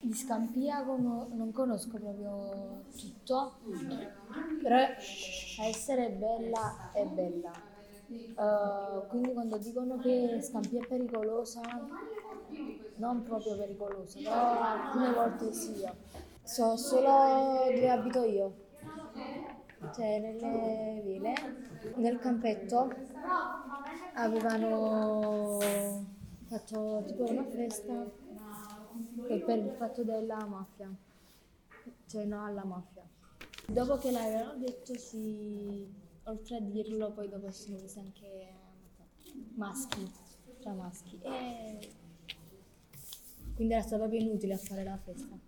Di Scampia non conosco proprio tutto, però a essere bella è bella. Quindi quando dicono che Scampia è pericolosa, non proprio pericolosa, però alcune volte sì. So solo dove abito io, cioè nelle ville, nel campetto avevano fatto tipo una festa per il fatto della mafia, cioè no alla mafia. Dopo che l'avevano detto sì, oltre a dirlo poi dopo si sono presi anche maschi, tra maschi, e quindi era stato proprio inutile a fare la festa.